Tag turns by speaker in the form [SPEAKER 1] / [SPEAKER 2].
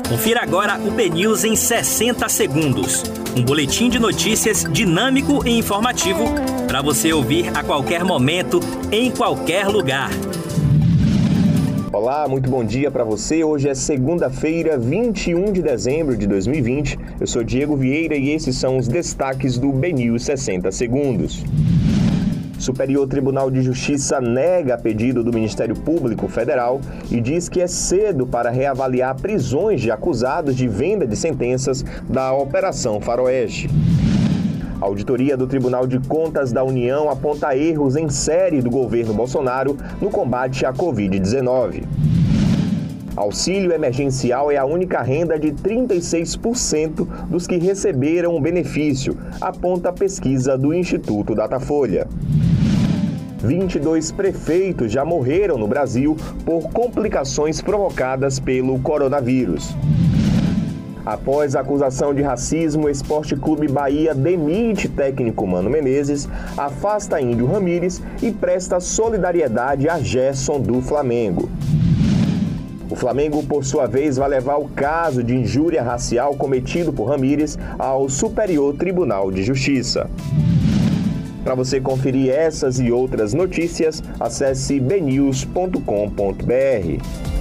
[SPEAKER 1] Confira agora o BNews em 60 segundos. Um boletim de notícias dinâmico e informativo para você ouvir a qualquer momento, em qualquer lugar.
[SPEAKER 2] Olá, muito bom dia para você. Hoje é segunda-feira, 21 de dezembro de 2020. Eu sou Diego Vieira e esses são os destaques do BNews 60 segundos. Superior Tribunal de Justiça nega pedido do Ministério Público Federal e diz que é cedo para reavaliar prisões de acusados de venda de sentenças da Operação Faroeste. A auditoria do Tribunal de Contas da União aponta erros em série do governo Bolsonaro no combate à Covid-19. Auxílio emergencial é a única renda de 36% dos que receberam o benefício, aponta a pesquisa do Instituto Datafolha. 22 prefeitos já morreram no Brasil por complicações provocadas pelo coronavírus. Após a acusação de racismo, o Esporte Clube Bahia demite técnico Mano Menezes, afasta Índio Ramírez e presta solidariedade a Gerson do Flamengo. O Flamengo, por sua vez, vai levar o caso de injúria racial cometido por Ramírez ao Superior Tribunal de Justiça. Para você conferir essas e outras notícias, acesse bnews.com.br.